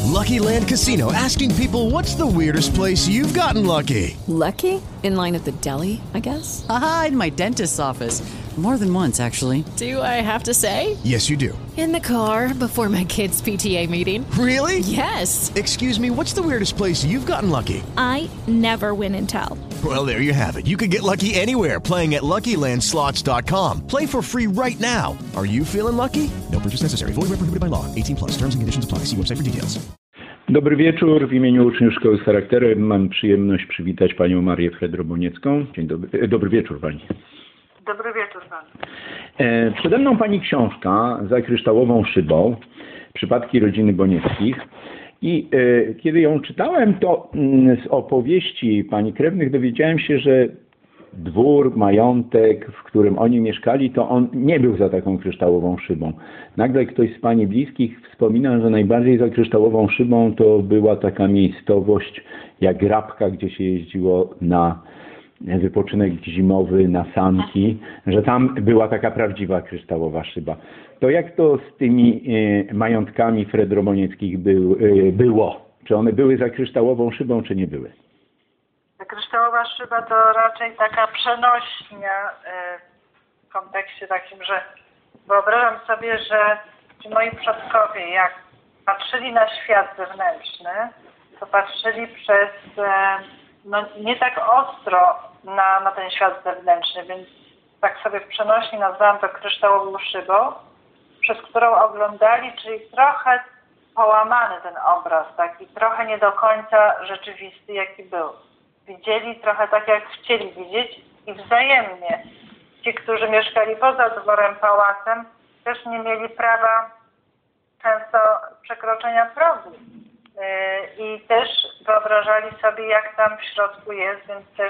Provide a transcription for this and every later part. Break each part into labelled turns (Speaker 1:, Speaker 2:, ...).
Speaker 1: Lucky Land Casino, asking people, what's the weirdest place you've gotten lucky?
Speaker 2: Lucky? In line at the deli, I guess?
Speaker 3: Aha, in my dentist's office. More than once, actually.
Speaker 2: Do I have to say?
Speaker 1: Yes, you do.
Speaker 2: In the car before my kids' PTA meeting.
Speaker 1: Really?
Speaker 2: Yes.
Speaker 1: Excuse me, what's the weirdest place you've gotten lucky?
Speaker 4: I never win and tell.
Speaker 1: Well, there you have it. You can get lucky anywhere, playing at LuckyLandSlots.com. Play for free right now. Are you feeling lucky? No purchase necessary. Void where prohibited by law. 18+. Terms and conditions apply. See website for details.
Speaker 5: Dobry wieczór. W imieniu uczniów Szkoły z Charakterem mam przyjemność przywitać panią Marię Fredro-Boniecką. Dzień dobry. Dobry wieczór pani.
Speaker 6: Dobry wieczór panu.
Speaker 5: Przede mną pani książka Za kryształową szybą. Przypadki rodziny Bonieckich. I kiedy ją czytałem, to z opowieści pani krewnych dowiedziałem się, że dwór, majątek, w którym oni mieszkali, to on nie był za taką kryształową szybą. Nagle ktoś z pani bliskich wspomina, że najbardziej za kryształową szybą to była taka miejscowość jak Grabka, gdzie się jeździło na wypoczynek zimowy, na sanki, że tam była taka prawdziwa kryształowa szyba. To jak to z tymi majątkami Fredro-Bonieckich było? Czy one były za kryształową szybą, czy nie były?
Speaker 6: Kryształowa szyba to raczej taka przenośnia w kontekście takim, że wyobrażam sobie, że ci moi przodkowie, jak patrzyli na świat zewnętrzny, to patrzyli przez nie tak ostro na ten świat zewnętrzny, więc tak sobie w przenośni nazwałam to kryształową szybą, przez którą oglądali, czyli trochę połamany ten obraz, taki trochę nie do końca rzeczywisty, jaki był. Widzieli trochę tak, jak chcieli widzieć i wzajemnie. Ci, którzy mieszkali poza dworem, pałacem, też nie mieli prawa często przekroczenia progu. I też wyobrażali sobie, jak tam w środku jest, więc też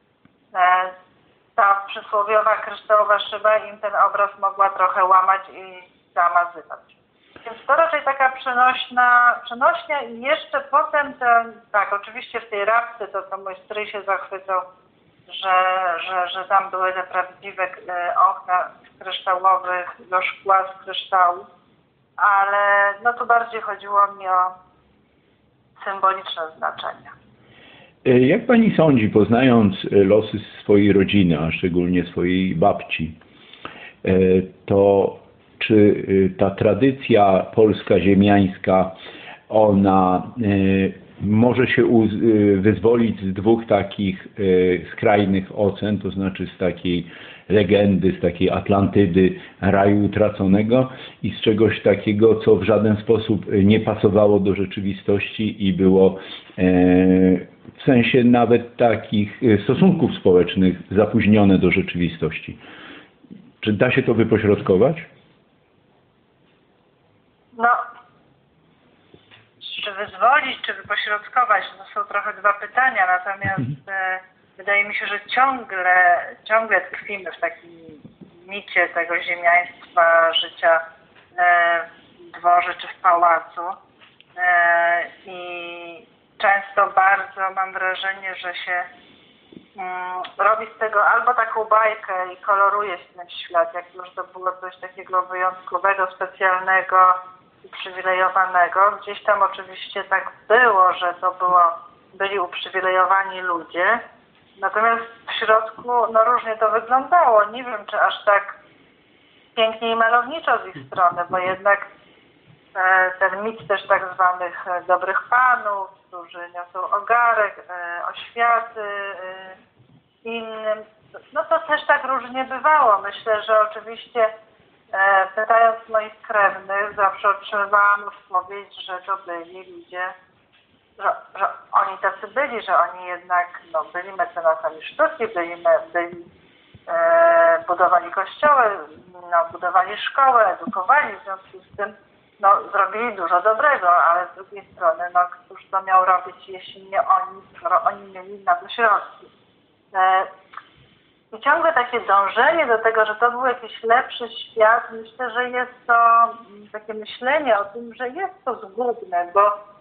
Speaker 6: ta przysłowiowa kryształowa szyba im ten obraz mogła trochę łamać i zamazywać. Więc to raczej taka przenośnia i jeszcze potem, tak, oczywiście w tej Rabce to mój stryj się zachwycał, że tam były te prawdziwe okna z kryształowych, do szkła z kryształu, ale no tu bardziej chodziło mi o symboliczne znaczenia.
Speaker 5: Jak pani sądzi, poznając losy swojej rodziny, a szczególnie swojej babci, to czy ta tradycja polska ziemiańska, ona może się wyzwolić z dwóch takich skrajnych ocen, to znaczy z takiej legendy, z takiej Atlantydy, raju utraconego i z czegoś takiego, co w żaden sposób nie pasowało do rzeczywistości i było w sensie nawet takich stosunków społecznych zapóźnione do rzeczywistości. Czy da się to wypośrodkować?
Speaker 6: No, czy wyzwolić, czy wypośrodkować, to są trochę dwa pytania, natomiast wydaje mi się, że ciągle tkwimy w takim micie tego ziemiaństwa, życia w dworze czy w pałacu i często bardzo mam wrażenie, że się robi z tego albo taką bajkę i koloruje się ten świat, jak już to było coś takiego wyjątkowego, specjalnego i uprzywilejowanego. Gdzieś tam oczywiście tak było, że to byli uprzywilejowani ludzie. Natomiast w środku no różnie to wyglądało. Nie wiem, czy aż tak pięknie i malowniczo z ich strony, bo jednak ten mit też tak zwanych dobrych panów, którzy niosą ogarek, oświaty innym, no to też tak różnie bywało. Myślę, że oczywiście pytając moich krewnych, zawsze otrzymywałam odpowiedź, że to byli ludzie, że oni tacy byli, że oni jednak byli mecenasami sztuki, budowali kościoły, budowali szkoły, edukowali, w związku z tym zrobili dużo dobrego, ale z drugiej strony, któż to miał robić, jeśli nie oni, skoro oni mieli na to środki. I ciągle takie dążenie do tego, że to był jakiś lepszy świat, myślę, że jest to takie myślenie o tym, że jest to zgubne,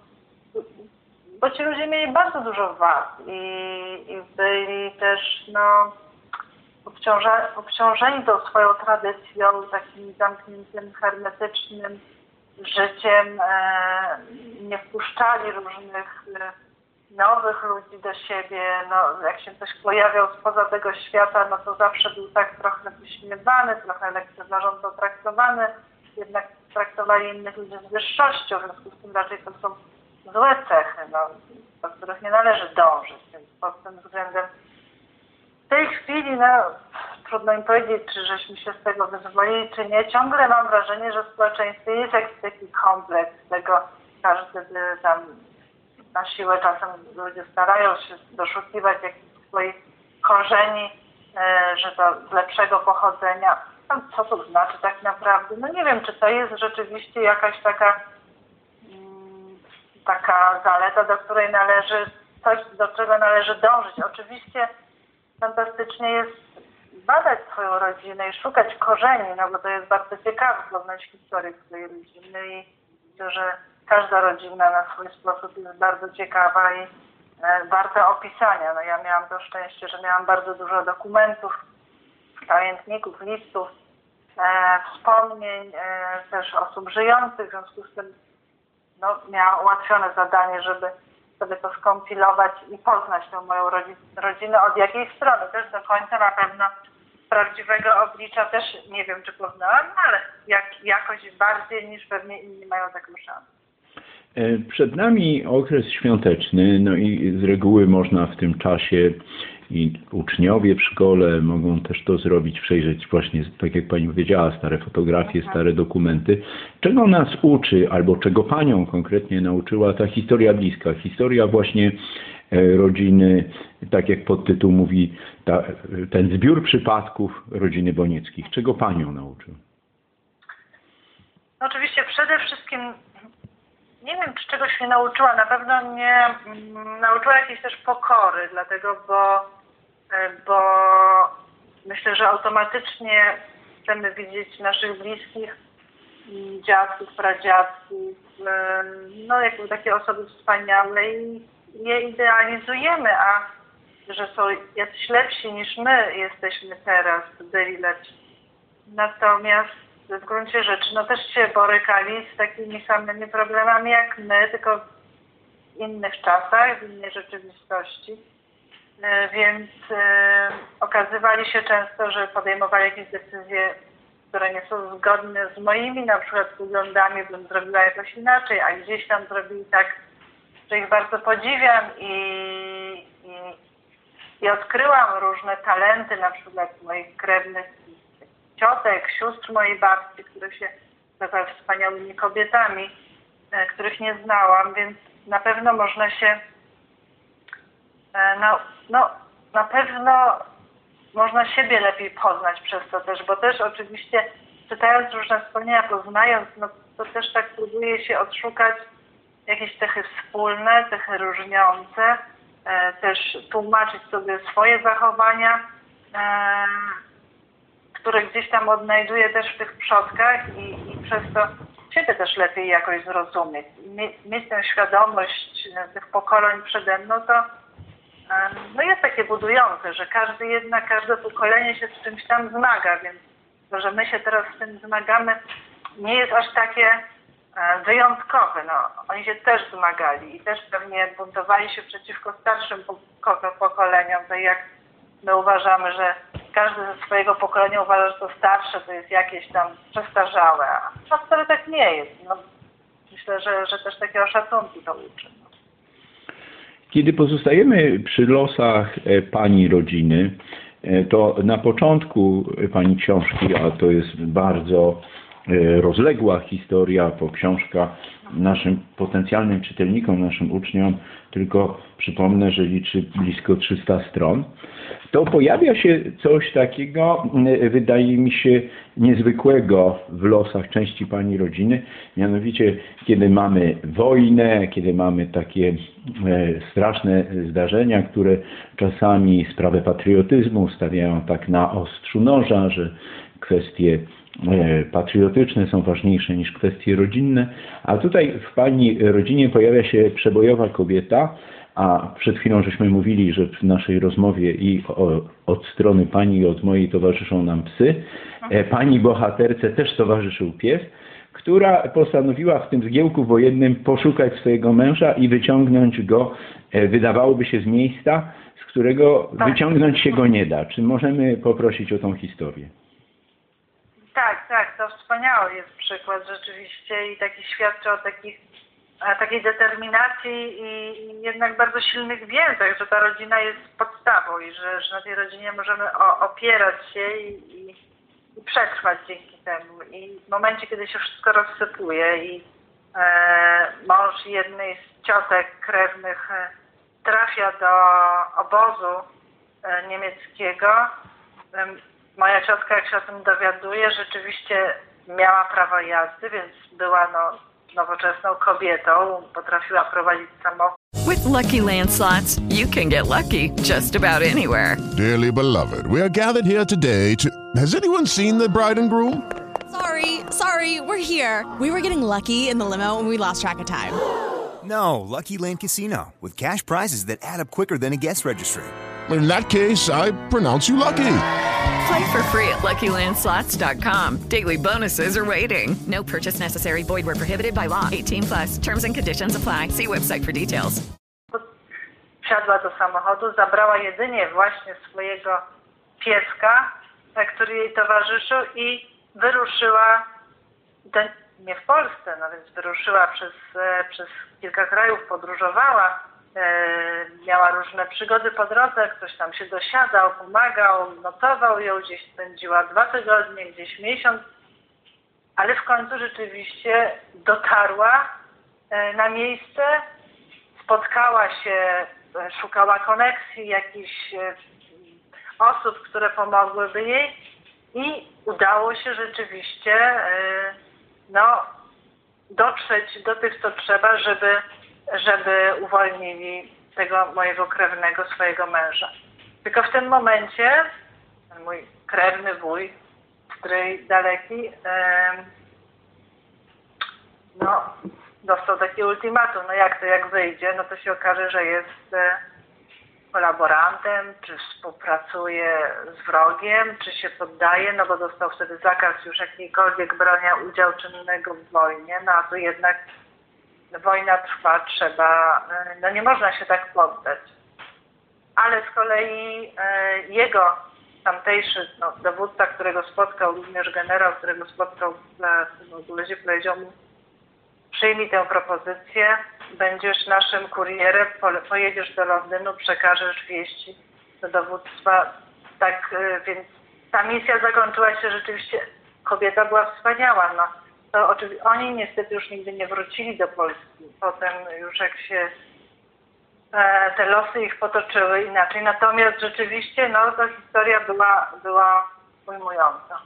Speaker 6: bo ci ludzie mieli bardzo dużo wad i byli też obciążeni tą swoją tradycją, takim zamkniętym, hermetycznym życiem, nie wpuszczali różnych nowych ludzi do siebie, no jak się ktoś pojawiał spoza tego świata, no to zawsze był tak trochę wyśmiewany, trochę lekceważąco traktowany, jednak traktowali innych ludzi z wyższością, w związku z tym raczej to są złe cechy, no, do których nie należy dążyć, więc pod tym względem w tej chwili, no, trudno im powiedzieć, czy żeśmy się z tego wyzwolili, czy nie. Ciągle mam wrażenie, że w społeczeństwie jest jakiś taki kompleks tego, każdy by tam na siłę czasem ludzie starają się doszukiwać jakichś swoich korzeni, że to z lepszego pochodzenia. No, co to znaczy tak naprawdę? No nie wiem, czy to jest rzeczywiście jakaś taka zaleta, do której należy, coś, do czego należy dążyć. Oczywiście fantastycznie jest badać swoją rodzinę i szukać korzeni, no bo to jest bardzo ciekawe, poznać historię swojej rodziny i myślę, że każda rodzina na swój sposób jest bardzo ciekawa i warta opisania. No ja miałam to szczęście, że miałam bardzo dużo dokumentów, pamiętników, listów, wspomnień też osób żyjących, w związku z tym no, miałam ułatwione zadanie, żeby sobie to skompilować i poznać tę moją rodzinę od jakiej strony. Też do końca na pewno prawdziwego oblicza też nie wiem, czy poznałam, ale jakoś bardziej niż pewnie inni mają taką szansę.
Speaker 5: Przed nami okres świąteczny, no i z reguły można w tym czasie i uczniowie w szkole mogą też to zrobić, przejrzeć właśnie, tak jak Pani powiedziała, stare fotografie, stare dokumenty. Czego nas uczy, albo czego Panią konkretnie nauczyła ta historia bliska, historia właśnie rodziny, tak jak podtytuł mówi, ten zbiór przypadków rodziny Bonieckich. Czego Panią nauczył?
Speaker 6: No, oczywiście przede wszystkim nie wiem, czy czegoś mnie nauczyła. Na pewno mnie nauczyła jakiejś też pokory, dlatego, bo myślę, że automatycznie chcemy widzieć naszych bliskich, dziadków, pradziadków, no jakby takie osoby wspaniałe i je idealizujemy, a że są jacyś lepsi niż my jesteśmy teraz, byli lepsi. Natomiast w gruncie rzeczy no też się borykali z takimi samymi problemami jak my, tylko w innych czasach, w innej rzeczywistości. Więc okazywali się często, że podejmowali jakieś decyzje, które nie są zgodne z moimi na przykład poglądami, bym zrobiła jakoś inaczej, a gdzieś tam zrobili tak, że ich bardzo podziwiam i odkryłam różne talenty, na przykład moich krewnych ciotek, sióstr mojej babci, które się okazały wspaniałymi kobietami, których nie znałam, więc na pewno można się, na pewno można siebie lepiej poznać przez to też, bo też oczywiście czytając różne wspomnienia, poznając, no to też tak próbuje się odszukać jakieś cechy wspólne, cechy różniące, też tłumaczyć sobie swoje zachowania, które gdzieś tam odnajduję też w tych przodkach i przez to siebie też lepiej jakoś zrozumieć. Mieć tę świadomość tych pokoleń przede mną, to no jest takie budujące, że każde pokolenie się z czymś tam zmaga, więc to, że my się teraz z tym zmagamy, nie jest aż takie wyjątkowe. No, oni się też zmagali i też pewnie buntowali się przeciwko starszym pokoleniom, tak jak my uważamy, że każdy ze swojego pokolenia uważa, że to starsze to jest jakieś tam przestarzałe, a wcale tak nie jest. No, myślę, że też takiego szacunku to uczy. No.
Speaker 5: Kiedy pozostajemy przy losach Pani rodziny, to na początku Pani książki, a to jest bardzo rozległa historia, bo książka naszym potencjalnym czytelnikom, naszym uczniom, tylko przypomnę, że liczy blisko 300 stron, to pojawia się coś takiego, wydaje mi się, niezwykłego w losach części Pani rodziny, mianowicie kiedy mamy wojnę, kiedy mamy takie straszne zdarzenia, które czasami sprawę patriotyzmu stawiają tak na ostrzu noża, że kwestie patriotyczne są ważniejsze niż kwestie rodzinne, a tutaj w Pani rodzinie pojawia się przebojowa kobieta, a przed chwilą żeśmy mówili, że w naszej rozmowie i od strony Pani i od mojej towarzyszą nam psy. Pani bohaterce też towarzyszył pies, która postanowiła w tym zgiełku wojennym poszukać swojego męża i wyciągnąć go, wydawałoby się, z miejsca, z którego wyciągnąć się go nie da. Czy możemy poprosić o tą historię?
Speaker 6: Tak, to wspaniały jest przykład rzeczywiście i taki świadczy o takiej determinacji i jednak bardzo silnych więzach, że ta rodzina jest podstawą i że na tej rodzinie możemy opierać się i przetrwać dzięki temu. I w momencie, kiedy się wszystko rozsypuje i mąż jednej z ciotek krewnych trafia do obozu niemieckiego, moja ciotka, jak się o tym dowiaduje, rzeczywiście miała prawo jazdy, więc była nowoczesną kobietą, potrafiła prowadzić samochód.
Speaker 7: With Lucky Land Slots, you can get lucky just about anywhere.
Speaker 8: Dearly beloved, we are gathered here today to... Has anyone seen the bride and groom?
Speaker 9: Sorry, we're here. We were getting lucky in the limo and we lost track of time.
Speaker 10: No, Lucky Land Casino, with cash prizes that add up quicker than a guest registry.
Speaker 8: In that case, I pronounce you lucky.
Speaker 7: Play for free at LuckyLandSlots.com. Daily bonuses are waiting. No purchase necessary. Void where prohibited by law. 18+. Terms and conditions apply. See website for details.
Speaker 6: Wsiadła do samochodu, zabrała jedynie właśnie swojego pieska, który jej towarzyszył i wyruszyła, nie w Polsce, no więc wyruszyła przez kilka krajów, podróżowała, miała różne przygody po drodze, ktoś tam się dosiadał, pomagał, notował ją, gdzieś spędziła 2 tygodnie, gdzieś miesiąc, ale w końcu rzeczywiście dotarła na miejsce, spotkała się, szukała koneksji, jakichś osób, które pomogłyby jej i udało się rzeczywiście dotrzeć do tych, co trzeba, żeby uwolnili tego mojego krewnego, swojego męża. Tylko w tym momencie mój krewny wuj, stryj daleki, dostał takie ultimatum, jak wyjdzie, to się okaże, że jest kolaborantem, czy współpracuje z wrogiem, czy się poddaje, bo dostał wtedy zakaz już jakiejkolwiek brania udziału czynnego w wojnie, a tu jednak wojna trwa, nie można się tak poddać. Ale z kolei jego tamtejszy dowódca, którego spotkał, również generał, którego spotkał w Ogulezie, powiedział mu: przyjmij tę propozycję, będziesz naszym kurierem, pojedziesz do Londynu, przekażesz wieści do dowództwa. Tak więc ta misja zakończyła się rzeczywiście, kobieta była wspaniała. To oczywiście oni niestety już nigdy nie wrócili do Polski. Potem już jak się te losy ich potoczyły inaczej. Natomiast rzeczywiście ta historia była ujmująca.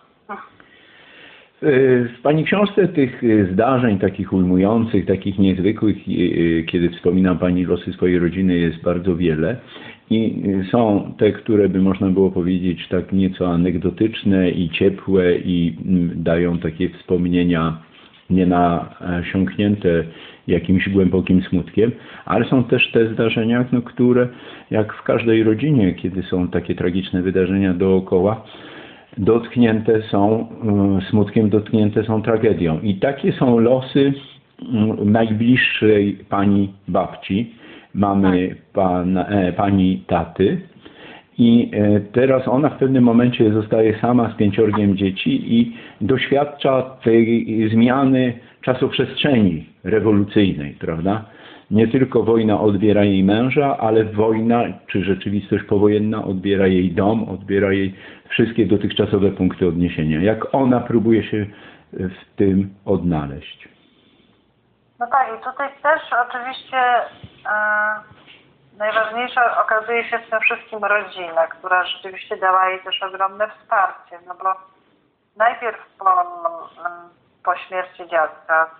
Speaker 5: W Pani książce tych zdarzeń takich ujmujących, takich niezwykłych, kiedy wspomina Pani losy swojej rodziny, jest bardzo wiele. I są te, które by można było powiedzieć tak nieco anegdotyczne i ciepłe i dają takie wspomnienia nienasiąknięte jakimś głębokim smutkiem, ale są też te zdarzenia, które jak w każdej rodzinie, kiedy są takie tragiczne wydarzenia dookoła, dotknięte są smutkiem, dotknięte są tragedią. I takie są losy najbliższej pani babci, mamy pani taty. I teraz ona w pewnym momencie zostaje sama z 5 dzieci i doświadcza tej zmiany czasoprzestrzeni rewolucyjnej, prawda? Nie tylko wojna odbiera jej męża, ale wojna czy rzeczywistość powojenna odbiera jej dom, odbiera jej wszystkie dotychczasowe punkty odniesienia. Jak ona próbuje się w tym odnaleźć?
Speaker 6: No tak, i tutaj też oczywiście najważniejsza okazuje się w tym wszystkim rodzina, która rzeczywiście dała jej też ogromne wsparcie, bo najpierw po śmierci dziadka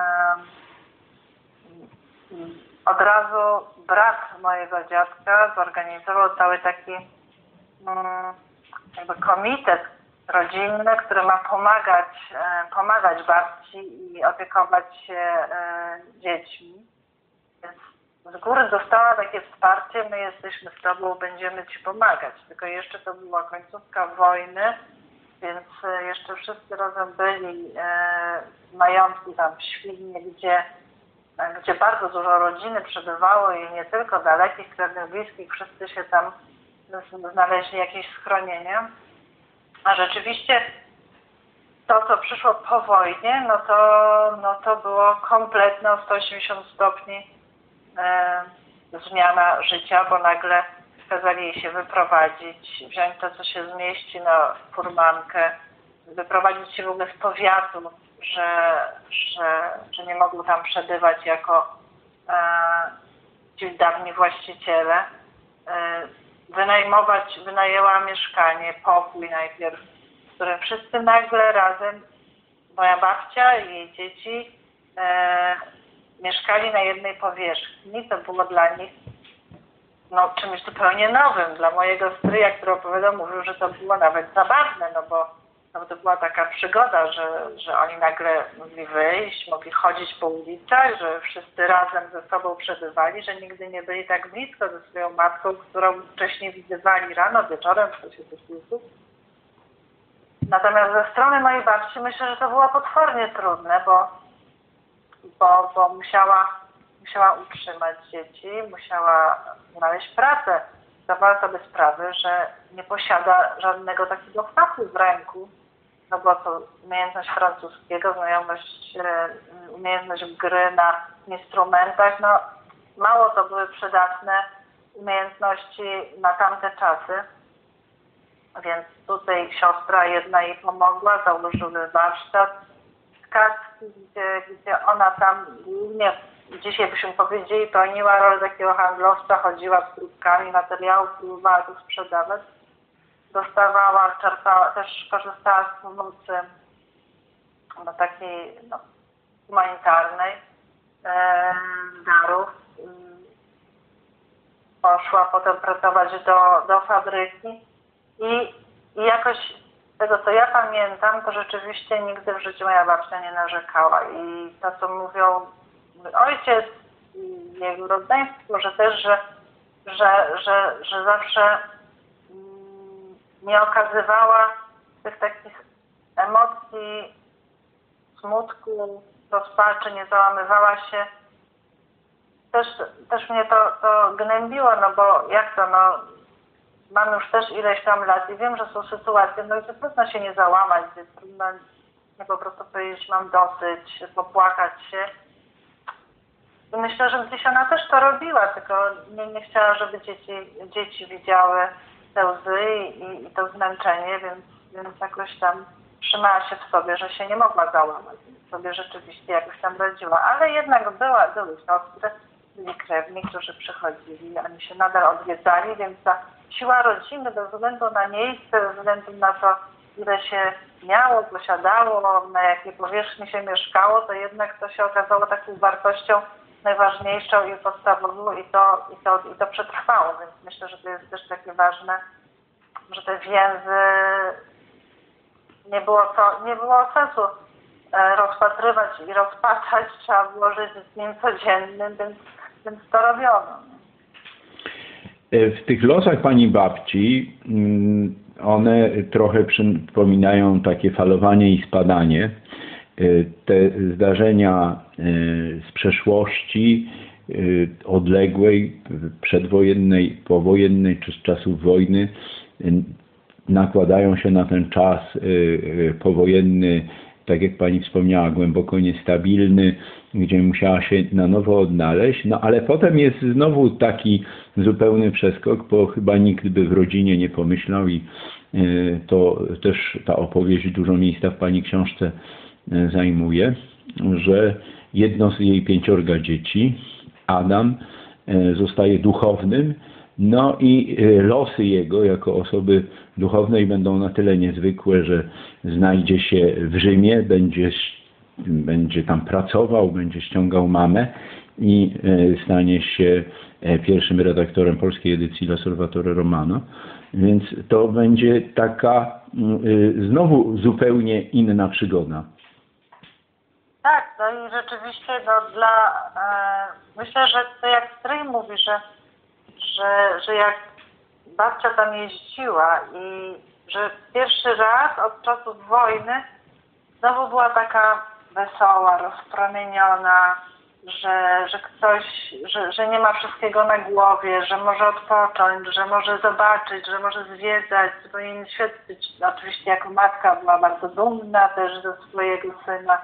Speaker 6: od razu brat mojego dziadka zorganizował cały taki komitet rodzinny, który ma pomagać babci i opiekować się dziećmi. Więc z góry dostała takie wsparcie: my jesteśmy z tobą, będziemy ci pomagać. Tylko jeszcze to była końcówka wojny więc jeszcze wszyscy razem byli w majątku tam w Świdnie, gdzie bardzo dużo rodziny przebywało i nie tylko dalekich, krewnych, bliskich, wszyscy się tam znaleźli jakieś schronienie. A rzeczywiście to, co przyszło po wojnie, no to było kompletne o 180 stopni zmiana życia, bo nagle kazali jej się wyprowadzić, wziąć to, co się zmieści na furmankę, wyprowadzić się w ogóle z powiatu, że nie mogą tam przebywać jako ci dawni właściciele. Wynajęła mieszkanie, pokój najpierw, w którym wszyscy nagle razem, moja babcia i jej dzieci, mieszkali na jednej powierzchni. To było dla nich czymś zupełnie nowym. Dla mojego stryja, który opowiadał, mówił, że to było nawet zabawne, no bo to była taka przygoda, że oni nagle mogli wyjść, mogli chodzić po ulicach, że wszyscy razem ze sobą przebywali, że nigdy nie byli tak blisko ze swoją matką, którą wcześniej widywali rano, wieczorem w czasie posiłku. Natomiast ze strony mojej babci myślę, że to było potwornie trudne, bo musiała utrzymać dzieci, musiała znaleźć pracę. Zdawała sobie sprawę, że nie posiada żadnego takiego fachu w ręku, no bo to umiejętność francuskiego, umiejętność gry na instrumentach, no mało to były przydatne umiejętności na tamte czasy. Więc tutaj siostra jedna jej pomogła, założyły warsztat tkacki, gdzie ona tam głównie, dzisiaj byśmy powiedzieli, pełniła rolę takiego handlowca, chodziła z próbkami materiałów, próbowała to sprzedawać. Dostawała, czerpała, też korzystała z pomocy takiej humanitarnej, darów. Poszła potem pracować do fabryki i jakoś z tego, co ja pamiętam, to rzeczywiście nigdy w życiu moja babcia nie narzekała. I to, co mówią mój ojciec i jego rodzeństwo, że też, że zawsze nie okazywała tych takich emocji, smutku, rozpaczy, nie załamywała się. Też mnie to gnębiło, no bo jak to, mam już też ileś tam lat i wiem, że są sytuacje, gdzie trudno się nie załamać, gdzie trudno nie po prostu powiedzieć, mam dosyć, popłakać się. I myślę, że gdzieś ona też to robiła, tylko nie chciała, żeby dzieci widziały te łzy i to zmęczenie, więc jakoś tam trzymała się w sobie, że się nie mogła załamać. Sobie rzeczywiście jakoś tam radziła. Ale jednak były siostry, byli krewni, którzy przychodzili, oni się nadal odwiedzali, więc ta siła rodziny bez względu na miejsce, bez względu na to, ile się miało, posiadało, na jakiej powierzchni się mieszkało, to jednak to się okazało taką wartością najważniejszą i podstawową i to przetrwało, więc myślę, że to jest też takie ważne, że te więzy nie było sensu rozpatrywać i rozpaczać, trzeba było żyć z nim codziennym, więc to robiono.
Speaker 5: W tych losach pani babci one trochę przypominają takie falowanie i spadanie. Te zdarzenia z przeszłości odległej, przedwojennej, powojennej czy z czasów wojny nakładają się na ten czas powojenny, tak jak pani wspomniała, głęboko niestabilny, gdzie musiała się na nowo odnaleźć, ale potem jest znowu taki zupełny przeskok, bo chyba nikt by w rodzinie nie pomyślał i to też ta opowieść dużo miejsca w pani książce zajmuje, że jedno z jej 5 dzieci, Adam, zostaje duchownym, i losy jego jako osoby duchownej będą na tyle niezwykłe, że znajdzie się w Rzymie, będzie tam pracował, będzie ściągał mamę i stanie się pierwszym redaktorem polskiej edycji La Salvatore Romano. Więc to będzie taka znowu zupełnie inna przygoda.
Speaker 6: Tak, i rzeczywiście myślę, że to jak stryj mówi, że jak babcia tam jeździła że pierwszy raz od czasów wojny znowu była taka wesoła, rozpromieniona, że ktoś, że nie ma wszystkiego na głowie, że może odpocząć, że może zobaczyć, że może zwiedzać, zupełnie inny świat. Oczywiście jako matka była bardzo dumna też ze swojego syna,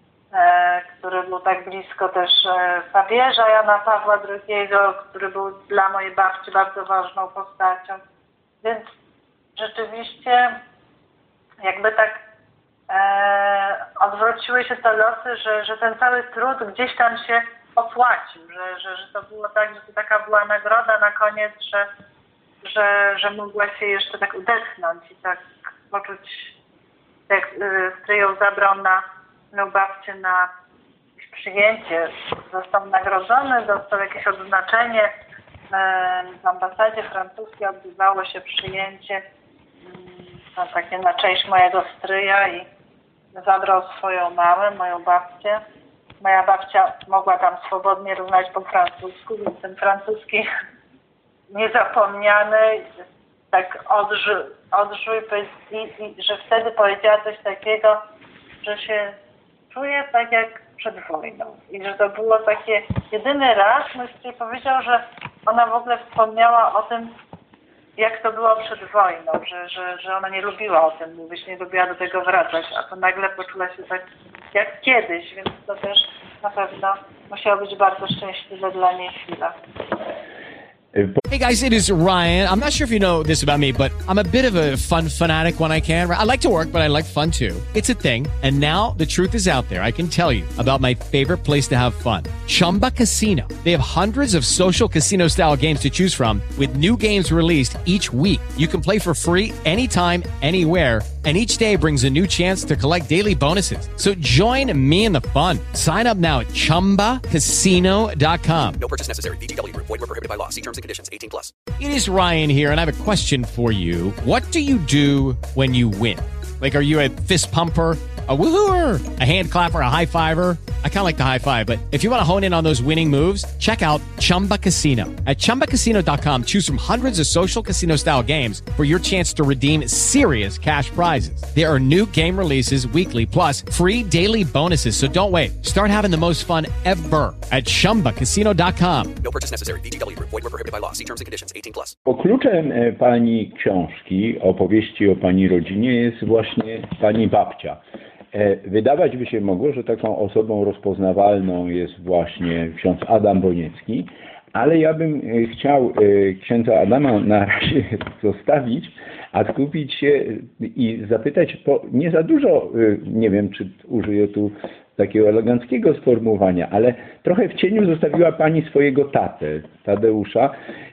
Speaker 6: który był tak blisko też papieża Jana Pawła II, który był dla mojej babci bardzo ważną postacią. Więc rzeczywiście jakby tak odwróciły się te losy, że ten cały trud gdzieś tam się opłacił, że to było tak, że to taka była nagroda na koniec, że mogła się jeszcze tak udechnąć i tak poczuć, jak stryj ją zabrał na babcię na przyjęcie. Został nagrodzony, dostał jakieś odznaczenie. W ambasadzie francuskiej odbywało się przyjęcie takie na cześć mojego stryja i zabrał swoją mamę, moją babcię. Moja babcia mogła tam swobodnie rozmawiać po francusku, więc ten francuski niezapomniany tak odżył i że wtedy powiedziała coś takiego, że się czuje tak jak przed wojną. I że to było takie jedyny raz, mój stryj powiedział, że ona w ogóle wspomniała o tym, jak to było przed wojną, że ona nie lubiła o tym mówić, nie lubiła do tego wracać, a to nagle poczuła się tak jak kiedyś, więc to też na pewno musiało być bardzo szczęśliwe dla niej chwila.
Speaker 11: Hey guys, it is Ryan. I'm not sure if you know this about me, but I'm a bit of a fun fanatic when I can. I like to work, but I like fun too. It's a thing. And now the truth is out there. I can tell you about my favorite place to have fun. Chumba Casino. They have hundreds of social casino style games to choose from with new games released each week. You can play for free anytime, anywhere. And each day brings a new chance to collect daily bonuses. So join me in the fun. Sign up now at ChumbaCasino.com.
Speaker 12: No purchase necessary. VGW. Void where prohibited by law. See terms and conditions. 18 plus.
Speaker 11: It is Ryan here, and I have a question for you. What do you do when you win? Like, are you a fist pumper, a woohooer, a hand clapper, a high fiver? I kind of like the high five, but if you want to hone in on those winning moves, check out Chumba Casino. At ChumbaCasino.com, choose from hundreds of social casino style games for your chance to redeem serious cash prizes. There are new game releases weekly, plus free daily bonuses. So don't wait. Start having the most fun ever at ChumbaCasino.com.
Speaker 12: No purchase necessary. VGW. Void where prohibited by law. See terms and conditions. 18 plus.
Speaker 5: Kluczem pani książki, opowieści o pani rodzinie jest właśnie pani babcia. Wydawać by się mogło, że taką osobą rozpoznawalną jest właśnie ksiądz Adam Boniecki, ale ja bym chciał księdza Adama na razie zostawić, a skupić się i zapytać, bo nie za dużo, nie wiem, czy użyję tu takiego eleganckiego sformułowania, ale trochę w cieniu zostawiła pani swojego tatę, Tadeusza.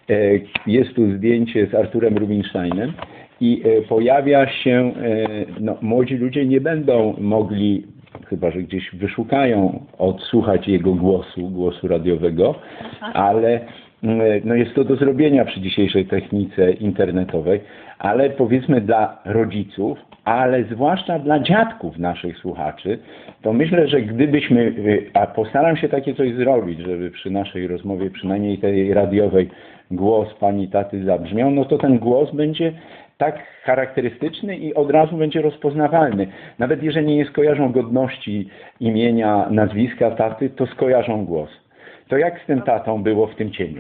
Speaker 5: Jest tu zdjęcie z Arturem Rubinsteinem. I pojawia się, młodzi ludzie nie będą mogli, chyba że gdzieś wyszukają, odsłuchać jego głosu radiowego, ale jest to do zrobienia przy dzisiejszej technice internetowej, ale powiedzmy dla rodziców, ale zwłaszcza dla dziadków naszych słuchaczy, to myślę, że gdybyśmy, a postaram się takie coś zrobić, żeby przy naszej rozmowie, przynajmniej tej radiowej, głos pani taty zabrzmiał, no to ten głos będzie tak charakterystyczny i od razu będzie rozpoznawalny. Nawet jeżeli nie skojarzą godności, imienia, nazwiska taty, to skojarzą głos. To jak z tym tatą było w tym cieniu?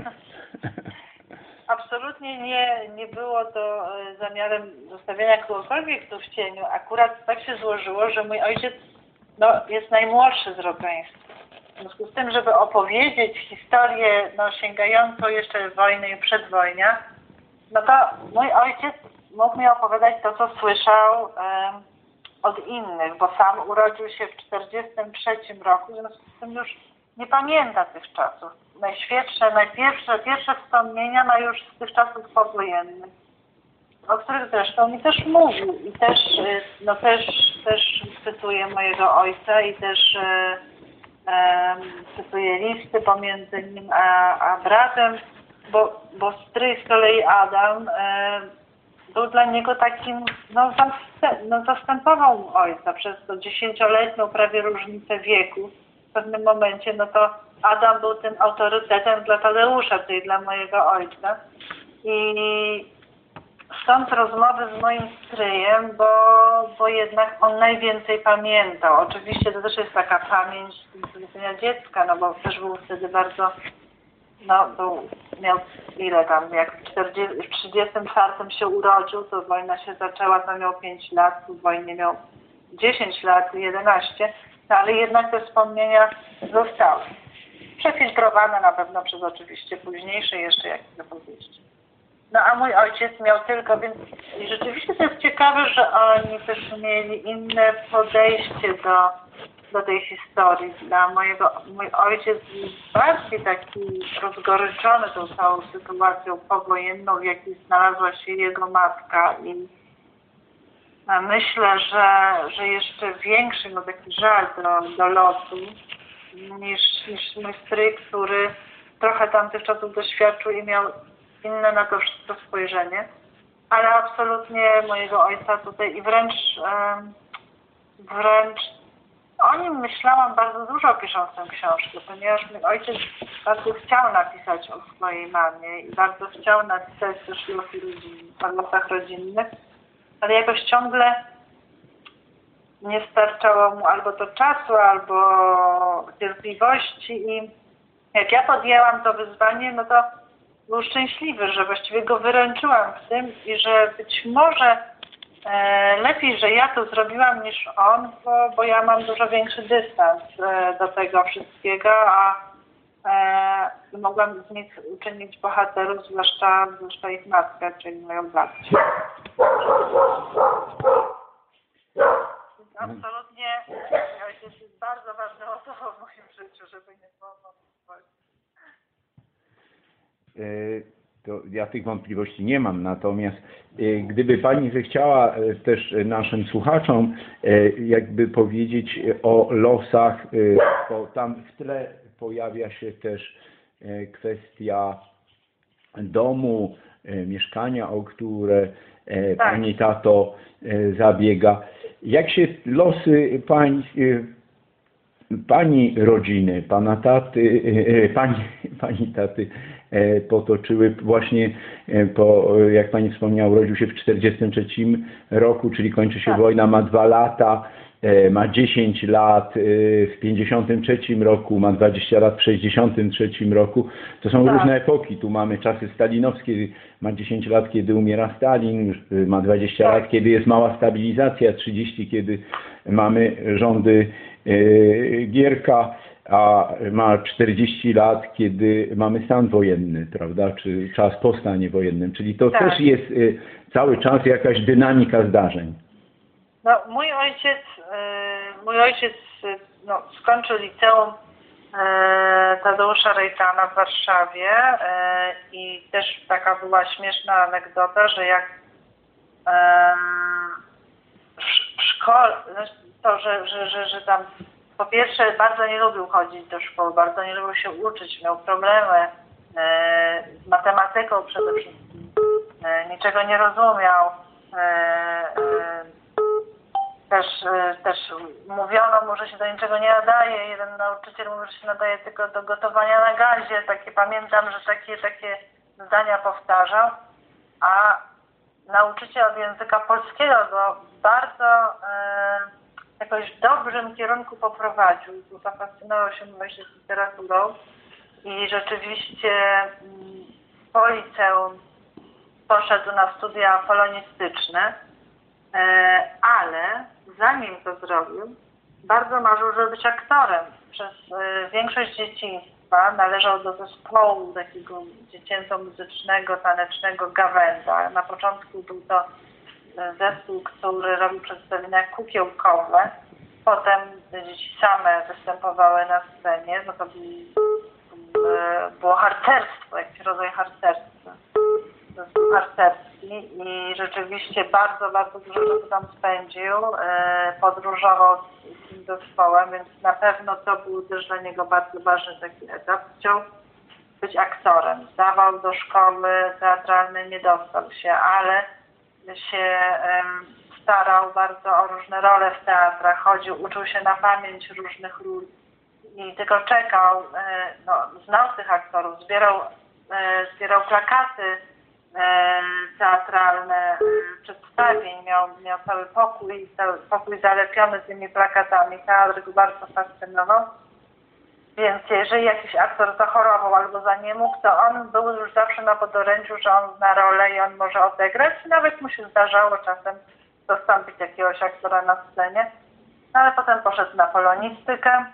Speaker 6: Absolutnie nie było to zamiarem zostawienia kogokolwiek tu w cieniu. Akurat tak się złożyło, że mój ojciec jest najmłodszy z rodzeństwa. W związku z tym, żeby opowiedzieć historię sięgającą jeszcze wojny i przedwojnia, no to mój ojciec mógł mi opowiadać to, co słyszał od innych, bo sam urodził się w 1943 roku, w związku z tym już nie pamięta tych czasów. Najświeższe, pierwsze wspomnienia już z tych czasów powojennych, o których zresztą mi też mówił i też cytuję mojego ojca i też cytuję listy pomiędzy nim a bratem, bo stryj z kolei Adam był dla niego takim, zastępował ojca przez to 10-letnią prawie różnicę wieku. W pewnym momencie, to Adam był tym autorytetem dla Tadeusza, czyli dla mojego ojca. I chcąc rozmowy z moim stryjem, bo jednak on najwięcej pamiętał. Oczywiście to też jest taka pamięć z punktu widzenia dziecka, no bo też był wtedy bardzo, miał ile tam, jak w 1934 się urodził, to wojna się zaczęła, to miał 5 lat, w wojnie miał 10 lat, 11, no ale jednak te wspomnienia zostały. Przefiltrowane na pewno przez oczywiście późniejsze jeszcze jakieś opowieści. No a mój ojciec miał tylko, więc rzeczywiście to jest ciekawe, że oni też mieli inne podejście do tej historii. Mój ojciec był bardziej taki rozgoryczony tą całą sytuacją powojenną, w jakiej znalazła się jego matka i myślę, że jeszcze większy miał taki żal do losu niż mój stryj, który trochę tamtych czasów doświadczył i miał inne na to wszystko spojrzenie, ale absolutnie mojego ojca tutaj i wręcz o nim myślałam bardzo dużo pisząc tę książkę, ponieważ mój ojciec bardzo chciał napisać o swojej mamie i bardzo chciał napisać też o losach rodzinnych, ale jakoś ciągle nie starczało mu albo to czasu, albo cierpliwości i jak ja podjęłam to wyzwanie, no to był szczęśliwy, że właściwie go wyręczyłam w tym i że być może lepiej, że ja to zrobiłam niż on, bo ja mam dużo większy dystans do tego wszystkiego, a mogłam z nich uczynić bohaterów, zwłaszcza ich matkę, czyli moją babcię. Absolutnie ojciec jest bardzo ważną osobą w moim życiu, żeby nie było wątpliwości.
Speaker 5: To ja tych wątpliwości nie mam, natomiast gdyby Pani zechciała też naszym słuchaczom jakby powiedzieć o losach, bo tam w tle pojawia się też kwestia domu, mieszkania, o które Pani tato zabiega. Jak się losy Pani rodziny, Pana taty, Pani taty potoczyły właśnie jak Pani wspomniała, urodził się w 1943 roku, czyli kończy się wojna, ma 2 lata, ma 10 lat w 1953 roku, ma 20 lat w 1963 roku. To są różne epoki. Tu mamy czasy stalinowskie, ma 10 lat, kiedy umiera Stalin, ma 20 lat, kiedy jest mała stabilizacja, 30, kiedy mamy rządy Gierka, a ma 40 lat, kiedy mamy stan wojenny, prawda, czy czas po stanie wojennym, czyli to też jest cały czas jakaś dynamika zdarzeń.
Speaker 6: No, mój ojciec skończył liceum Tadeusza Rejtana w Warszawie i też taka była śmieszna anegdota, że jak w szkole, to, że tam po pierwsze bardzo nie lubił chodzić do szkoły, bardzo nie lubił się uczyć, miał problemy z matematyką przede wszystkim, niczego nie rozumiał. Też mówiono mu, że się do niczego nie nadaje. Jeden nauczyciel mówił, że się nadaje tylko do gotowania na gazie. Pamiętam, że takie zdania powtarzał. A nauczyciel od języka polskiego go bardzo jakoś w dobrym kierunku poprowadził. Zafascynował się właśnie literaturą i rzeczywiście po liceum poszedł na studia polonistyczne, ale zanim to zrobił, bardzo marzył, żeby być aktorem. Przez większość dzieciństwa należał do zespołu takiego dziecięco-muzycznego, tanecznego Gawenda. Na początku był to zespół, który robił przedstawienia kukiełkowe. Potem dzieci same występowały na scenie, bo to było harcerstwo, jakiś rodzaj harcerstwa. Harcerski i rzeczywiście bardzo, bardzo dużo czasu tam spędził, podróżował z tym zespołem, więc na pewno to był też dla niego bardzo ważny taki etap. Chciał być aktorem, zdawał do szkoły teatralnej, nie dostał się, ale się starał bardzo o różne role w teatrach, chodził, uczył się na pamięć różnych ról i tylko czekał, znał tych aktorów, zbierał plakaty teatralne przedstawień, miał cały pokój zalepiony tymi plakatami. Teatr go bardzo fascynował. Więc jeżeli jakiś aktor zachorował albo za nie mógł, to on był już zawsze na podorędziu, że on zna rolę i on może odegrać. Nawet mu się zdarzało czasem zastąpić jakiegoś aktora na scenie. No, ale potem poszedł na polonistykę.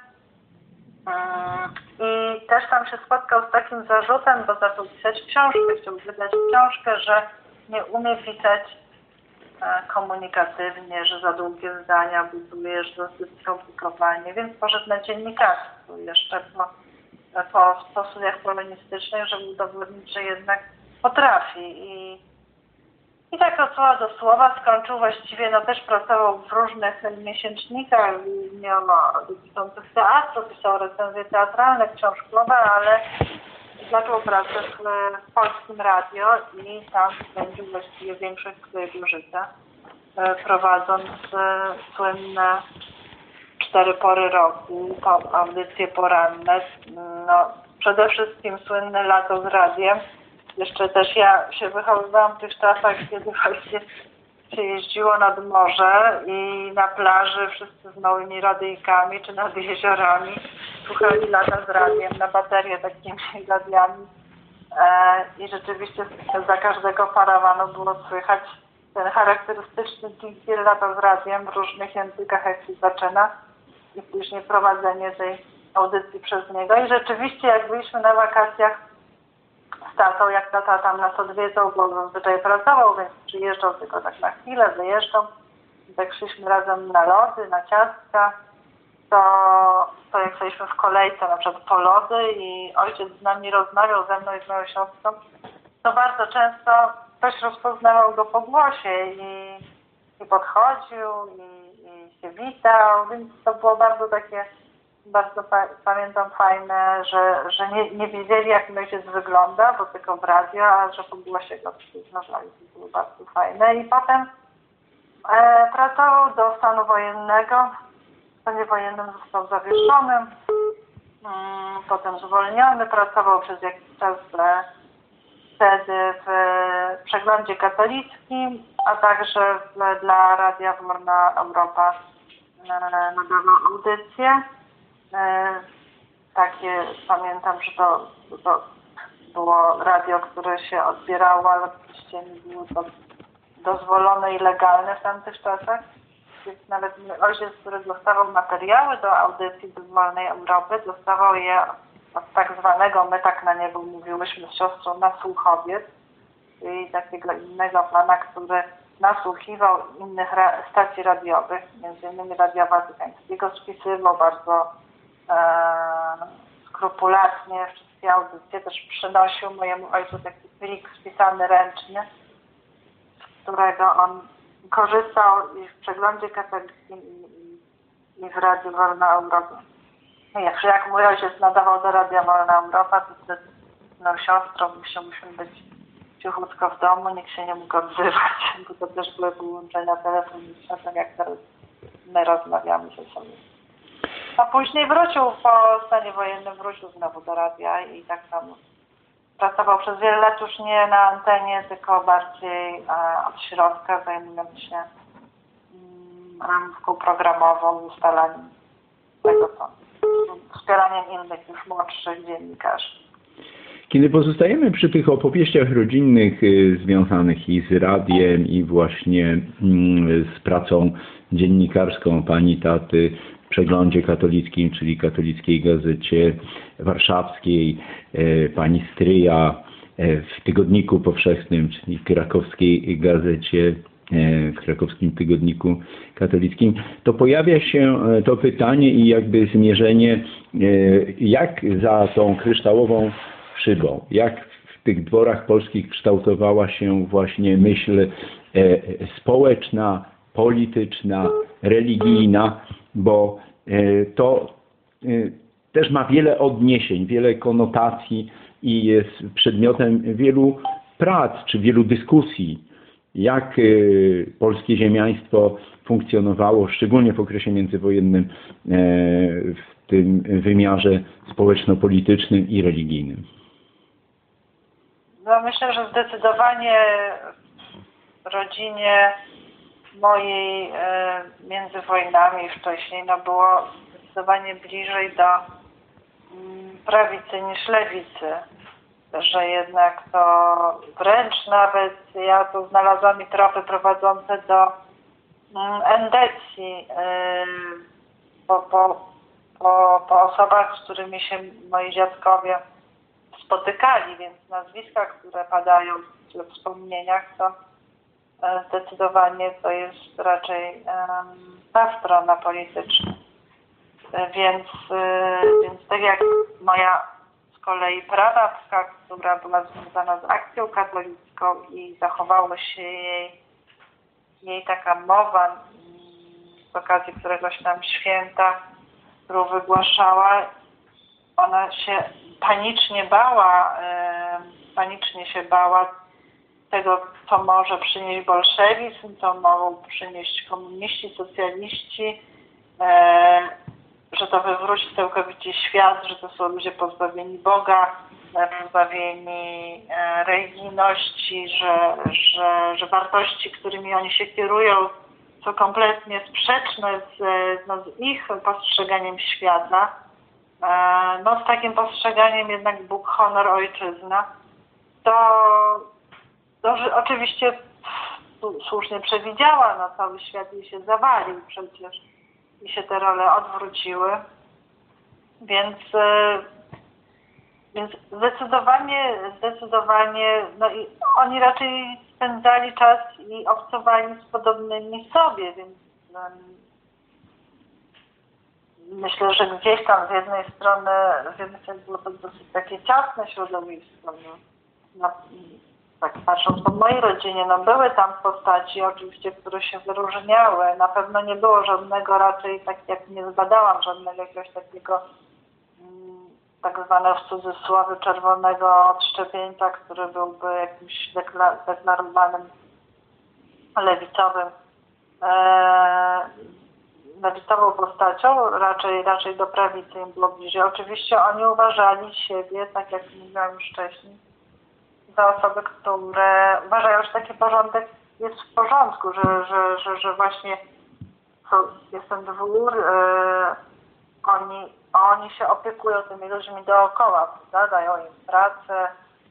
Speaker 6: I też tam się spotkał z takim zarzutem, bo zaczął pisać książkę, chciał wydać książkę, że nie umie pisać komunikatywnie, że za długie zdania buduje, że dosyć skomplikowanie, więc poszedł na dziennikarstwo jeszcze po studiach polonistycznych, żeby udowodnić, że jednak potrafi. I tak od słowa do słowa skończył właściwie, też pracował w różnych miesięcznikach, miał dotyczących teatru, pisał recenzje teatralne, książkowe, ale zaczął pracę w Polskim Radio i tam spędził właściwie większość swojego życia, prowadząc słynne 4 pory roku, audycje poranne, przede wszystkim słynne Lato z radiem. Jeszcze też ja się wychowywałam w tych czasach, kiedy właśnie się jeździło nad morze i na plaży wszyscy z małymi radyjkami czy nad jeziorami słuchali Lata z radiem na baterię takimi radiami. I rzeczywiście za każdego parawanu było słychać ten charakterystyczny dźwięk Lata z radiem w różnych językach, jak się zaczyna i później prowadzenie tej audycji przez niego. I rzeczywiście jak byliśmy na wakacjach z tatą, jak tata tam nas odwiedzał, bo zazwyczaj pracował, więc przyjeżdżał tylko tak na chwilę, wyjeżdżał. I tak szliśmy razem na lody, na ciastka, to jak szliśmy w kolejce na przykład po lody i ojciec z nami rozmawiał, ze mną i z moją siostrą, to bardzo często ktoś rozpoznawał go po głosie i podchodził i się witał, więc to było bardzo takie, bardzo pamiętam fajne, że nie wiedzieli, jak mój ojciec wygląda, bo tylko w radio, a że po głosie go rozmawiali. To było bardzo fajne. I potem pracował do stanu wojennego. W stanie wojennym został zawieszony, potem zwolniony. Pracował przez jakiś czas wtedy w Przeglądzie Katolickim, a także dla Radia Wolna Europa nadawał audycje. Takie, pamiętam, że to było radio, które się odbierało, ale oczywiście nie było to dozwolone i legalne w tamtych czasach. Więc nawet ojciec, który dostawał materiały do audycji do Wolnej Europy, dostawał je od tak zwanego, my tak na niego mówiłyśmy z siostrą, nasłuchowiec, czyli takiego innego pana, który nasłuchiwał innych stacji radiowych, między innymi Radia Watykańskiego, spisywał bardzo skrupulatnie wszystkie audycje, też przynosił mojemu ojcu taki plik spisany ręcznie, z którego on korzystał i w Przeglądzie Katolickim i w Radiu Wolna Europa. Jak mój ojciec nadawał do Radia Wolna Europa, to wtedy z moją siostrą musieliśmy być cichutko w domu, nikt się nie mógł odzywać, bo to też były połączenia telefoniczne, tak jak teraz my rozmawiamy ze sobą. A później wrócił po stanie wojennym, wrócił znowu do radia i tak samo pracował przez wiele lat już nie na antenie, tylko bardziej od środka, zajmując się ramówką programową, ustalaniem tego, wspieraniem innych, już młodszych dziennikarzy.
Speaker 5: Kiedy pozostajemy przy tych opowieściach rodzinnych związanych i z radiem, i właśnie z pracą dziennikarską pani taty w Przeglądzie Katolickim, czyli Katolickiej Gazecie Warszawskiej, pani stryja w Tygodniku Powszechnym, czyli w Krakowskiej Gazecie, w Krakowskim Tygodniku Katolickim, to pojawia się to pytanie i jakby zmierzenie, jak za tą kryształową szybą, jak w tych dworach polskich kształtowała się właśnie myśl społeczna, polityczna, religijna, bo to też ma wiele odniesień, wiele konotacji i jest przedmiotem wielu prac czy wielu dyskusji, jak polskie ziemiaństwo funkcjonowało, szczególnie w okresie międzywojennym, w tym wymiarze społeczno-politycznym i religijnym.
Speaker 6: No myślę, że zdecydowanie w rodzinie mojej między wojnami i wcześniej było zdecydowanie bliżej do prawicy niż lewicy. Że jednak to wręcz nawet ja tu znalazłam i tropy prowadzące do endecji po osobach, z którymi się moi dziadkowie spotykali, więc nazwiska, które padają w wspomnieniach, to zdecydowanie to jest raczej ta strona polityczna. Więc tak jak moja z kolei prababka, która była związana z akcją katolicką i zachowało się jej taka mowa z okazji któregoś tam święta, którą wygłaszała, ona się panicznie się bała tego, co może przynieść bolszewizm, co mogą przynieść komuniści, socjaliści, że to wywróci całkowicie świat, że to są ludzie pozbawieni Boga, pozbawieni religijności, że wartości, którymi oni się kierują, są kompletnie sprzeczne z ich postrzeganiem świata. Z takim postrzeganiem jednak Bóg, honor, ojczyzna, to oczywiście słusznie przewidziała, cały świat jej się zawalił przecież i się te role odwróciły, więc zdecydowanie i oni raczej spędzali czas i obcowali z podobnymi sobie, więc myślę, że gdzieś tam z jednej strony było to dosyć takie ciasne środowisko. Tak patrząc po mojej rodzinie, były tam postaci oczywiście, które się wyróżniały. Na pewno nie było żadnego raczej, tak jak nie zbadałam, żadnego jakiegoś takiego tak zwanego w cudzysłowie czerwonego odszczepieńca, który byłby jakimś deklarowanym lewicową postacią, raczej do prawicy im było bliżej. Oczywiście oni uważali siebie, tak jak mówiłam już wcześniej, za osoby, które uważają, że taki porządek jest w porządku, że właśnie jest ten dwór, oni się opiekują tymi ludźmi dookoła, prawda? Dają im pracę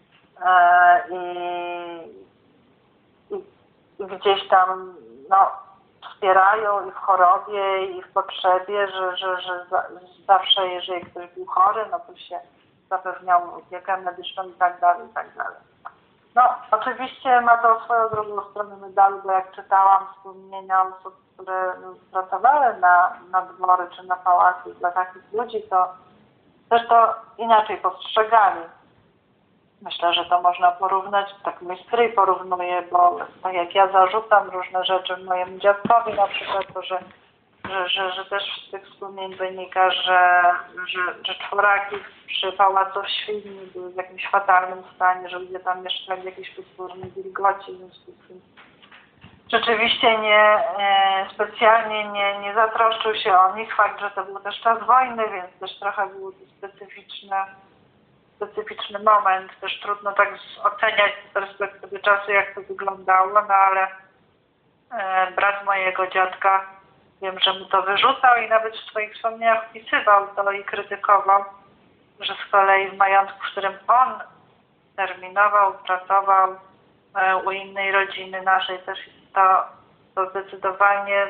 Speaker 6: i gdzieś tam wspierają i w chorobie, i w potrzebie, że zawsze, jeżeli ktoś był chory, to się zapewniał opiekę medyczną i tak dalej, i tak dalej. Oczywiście ma to swoją drugą stronę medalu, bo jak czytałam wspomnienia osób, które pracowały na dwory czy na pałacy dla takich ludzi, to też to inaczej postrzegali. Myślę, że to można porównać, tak mój stryj porównuje, bo tak jak ja zarzucam różne rzeczy mojemu dziadkowi na przykład, to że też z tych wspomnień wynika, że czworaki przy pałacu w Świdniu były w jakimś fatalnym stanie, że ludzie tam mieszkali w jakiejś potwornej wilgoci, w związku z tym rzeczywiście specjalnie nie zatroszczył się o nich. Fakt, że to był też czas wojny, więc też trochę był to specyficzny moment. Też trudno tak oceniać z perspektywy czasu, jak to wyglądało, ale brat mojego dziadka, wiem, że mu to wyrzucał i nawet w swoich wspomnieniach wpisywał to i krytykował, że z kolei w majątku, w którym on terminował, pracował u innej rodziny naszej, też to zdecydowanie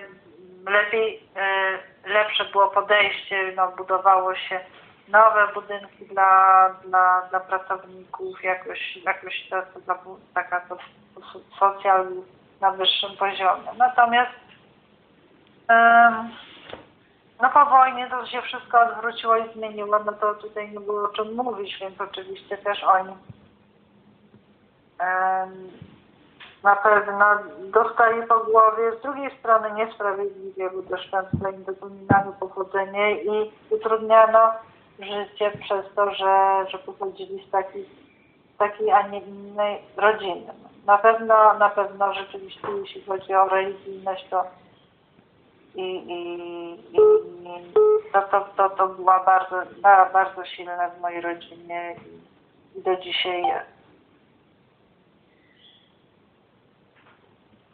Speaker 6: lepsze było podejście, budowało się nowe budynki dla pracowników, jakoś to socjal na wyższym poziomie. Natomiast po wojnie to się wszystko odwróciło i zmieniło, to tutaj nie było o czym mówić, więc oczywiście też oni na pewno dostali po głowie, z drugiej strony niesprawiedliwie, bo też często im dopominano pochodzenie i utrudniano życie przez to, że pochodzili z takiej, a nie innej rodziny. Na pewno rzeczywiście, jeśli chodzi o religijność, to to była bardzo silne w mojej rodzinie i do dzisiaj jest.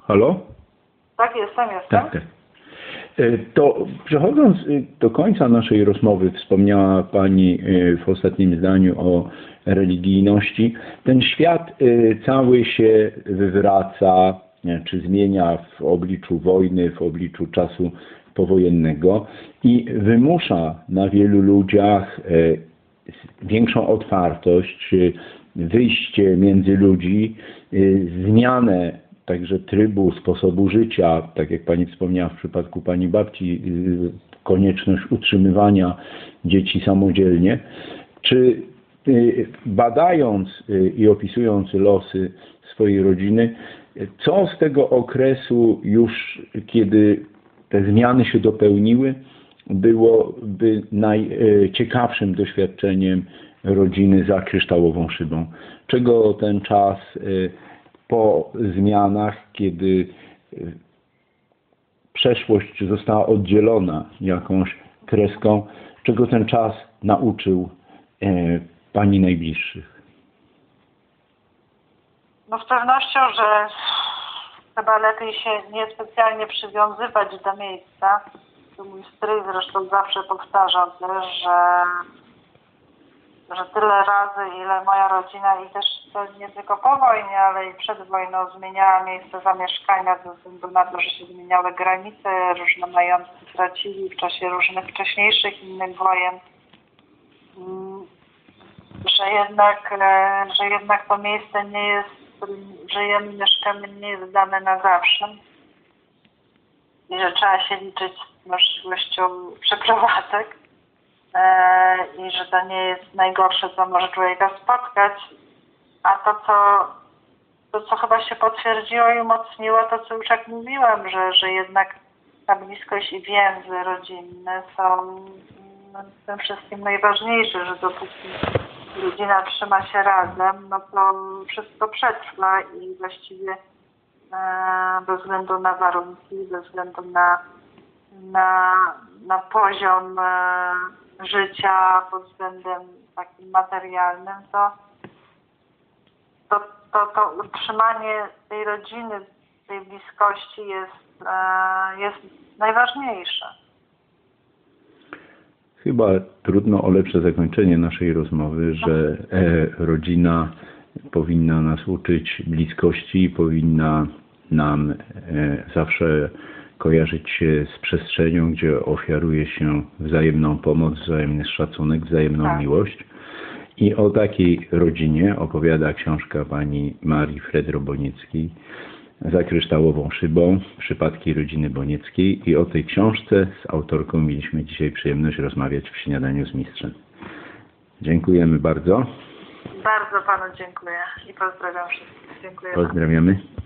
Speaker 5: Halo?
Speaker 6: Tak, jestem.
Speaker 5: Tak. To przechodząc do końca naszej rozmowy, wspomniała Pani w ostatnim zdaniu o religijności. Ten świat cały się wywraca, czy zmienia w obliczu wojny, w obliczu czasu powojennego i wymusza na wielu ludziach większą otwartość, wyjście między ludzi, zmianę także trybu, sposobu życia, tak jak Pani wspomniała w przypadku Pani babci, konieczność utrzymywania dzieci samodzielnie. Czy badając i opisując losy swojej rodziny, co z tego okresu już, kiedy te zmiany się dopełniły, byłoby najciekawszym doświadczeniem rodziny za kryształową szybą? Czego ten czas po zmianach, kiedy przeszłość została oddzielona jakąś kreską, czego ten czas nauczył Pani najbliższych?
Speaker 6: No z pewnością, że chyba lepiej się niespecjalnie przywiązywać do miejsca. To mój stryj zresztą zawsze powtarzał też, że tyle razy, ile moja rodzina i też to nie tylko po wojnie, ale i przed wojną zmieniała miejsce zamieszkania ze względu na to, że się zmieniały granice, różne majątki tracili w czasie różnych wcześniejszych innych wojen. Że jednak to miejsce nie jest, w którym żyjemy, mieszkamy, nie jest dane na zawsze i że trzeba się liczyć z możliwością przeprowadzek i że to nie jest najgorsze, co może człowieka spotkać, a to co chyba się potwierdziło i umocniło, to co już jak mówiłam, że jednak ta bliskość i więzy rodzinne są w tym wszystkim najważniejsze, że dopóki rodzina trzyma się razem, no to wszystko przetrwa i właściwie bez względu na warunki, bez względu na poziom życia pod względem takim materialnym, to utrzymanie tej rodziny, tej bliskości jest najważniejsze.
Speaker 5: Chyba trudno o lepsze zakończenie naszej rozmowy, że rodzina powinna nas uczyć bliskości, powinna nam zawsze kojarzyć się z przestrzenią, gdzie ofiaruje się wzajemną pomoc, wzajemny szacunek, wzajemną miłość. I o takiej rodzinie opowiada książka pani Marii Fredro-Bonieckiej Za kryształową szybą. Przypadki rodziny Bonieckiej. I o tej książce z autorką mieliśmy dzisiaj przyjemność rozmawiać w Śniadaniu z Mistrzem. Dziękujemy bardzo.
Speaker 6: Bardzo Panu dziękuję i pozdrawiam wszystkich. Dziękuję.
Speaker 5: Pozdrawiamy.